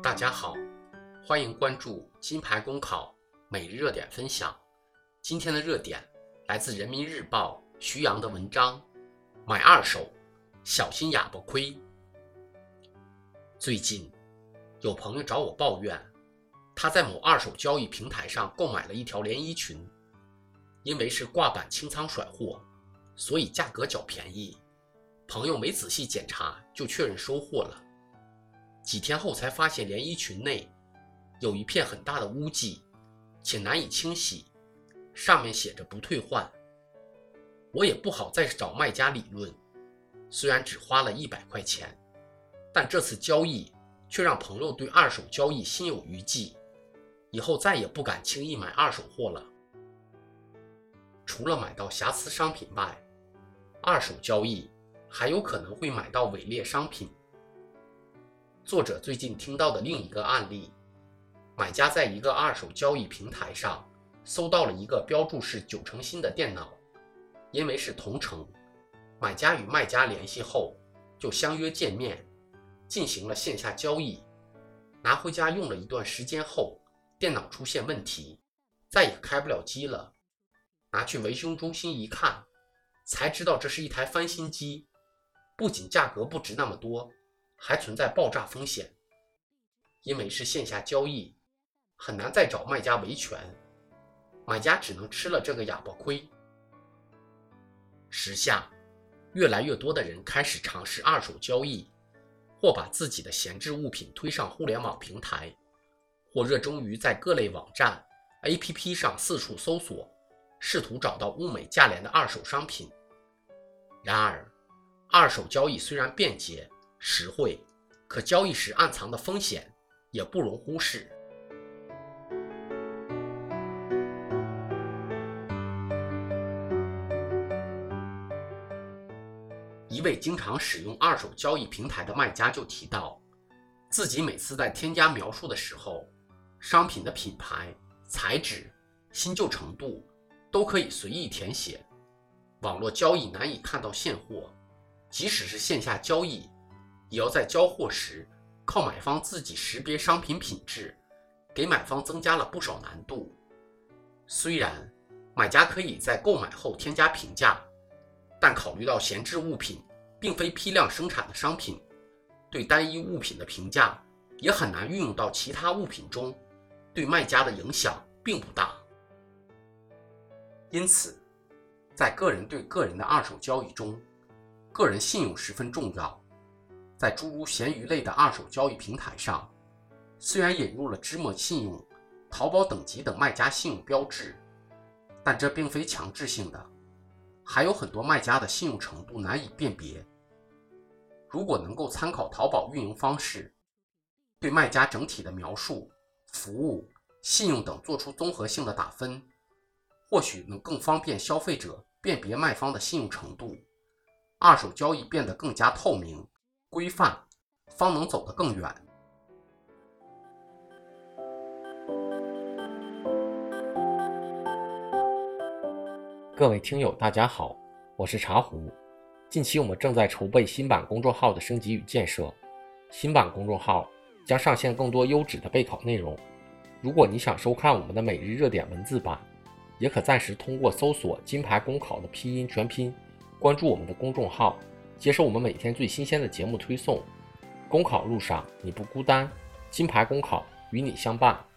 大家好，欢迎关注金牌公考每日热点分享。今天的热点来自人民日报徐阳的文章，买二手小心哑巴亏。最近有朋友找我抱怨，他在某二手交易平台上购买了一条连衣裙，因为是挂板清仓甩货，所以价格较便宜，朋友没仔细检查就确认收货了。几天后才发现连衣裙内有一片很大的污迹，且难以清洗，上面写着不退换。我也不好再找卖家理论，虽然只花了100块钱，但这次交易却让朋友对二手交易心有余悸，以后再也不敢轻易买二手货了。除了买到瑕疵商品外，二手交易还有可能会买到伪劣商品。作者最近听到的另一个案例，买家在一个二手交易平台上搜到了一个标注是9成新的电脑，因为是同城，买家与卖家联系后就相约见面，进行了线下交易。拿回家用了一段时间后，电脑出现问题，再也开不了机了。拿去维修中心一看，才知道这是一台翻新机，不仅价格不值那么多，还存在爆炸风险。因为是线下交易，很难再找卖家维权，买家只能吃了这个哑巴亏。时下越来越多的人开始尝试二手交易，或把自己的闲置物品推上互联网平台，或热衷于在各类网站 APP 上四处搜索，试图找到物美价廉的二手商品。然而二手交易虽然便捷实惠，可交易时暗藏的风险也不容忽视。一位经常使用二手交易平台的卖家就提到，自己每次在添加描述的时候，商品的品牌、材质、新旧程度都可以随意填写，网络交易难以看到现货，即使是线下交易，也要在交货时靠买方自己识别商品品质，给买方增加了不少难度。虽然买家可以在购买后添加评价，但考虑到闲置物品并非批量生产的商品，对单一物品的评价也很难运用到其他物品中，对卖家的影响并不大。因此在个人对个人的二手交易中，个人信用十分重要。在诸如闲鱼类的二手交易平台上，虽然引入了芝麻信用、淘宝等级等卖家信用标志，但这并非强制性的，还有很多卖家的信用程度难以辨别。如果能够参考淘宝运营方式，对卖家整体的描述、服务、信用等做出综合性的打分，或许能更方便消费者辨别卖方的信用程度，二手交易变得更加透明、规范，方能走得更远。 各位听友大家好，我是茶壶。近期我们正在筹备新版公众号的升级与建设，新版公众号将上线更多优质的备考内容。如果你想收看我们的每日热点文字版，也可暂时通过搜索金牌公考的拼音全拼，关注我们的公众号，接受我们每天最新鲜的节目推送。公考路上你不孤单，金牌公考与你相伴。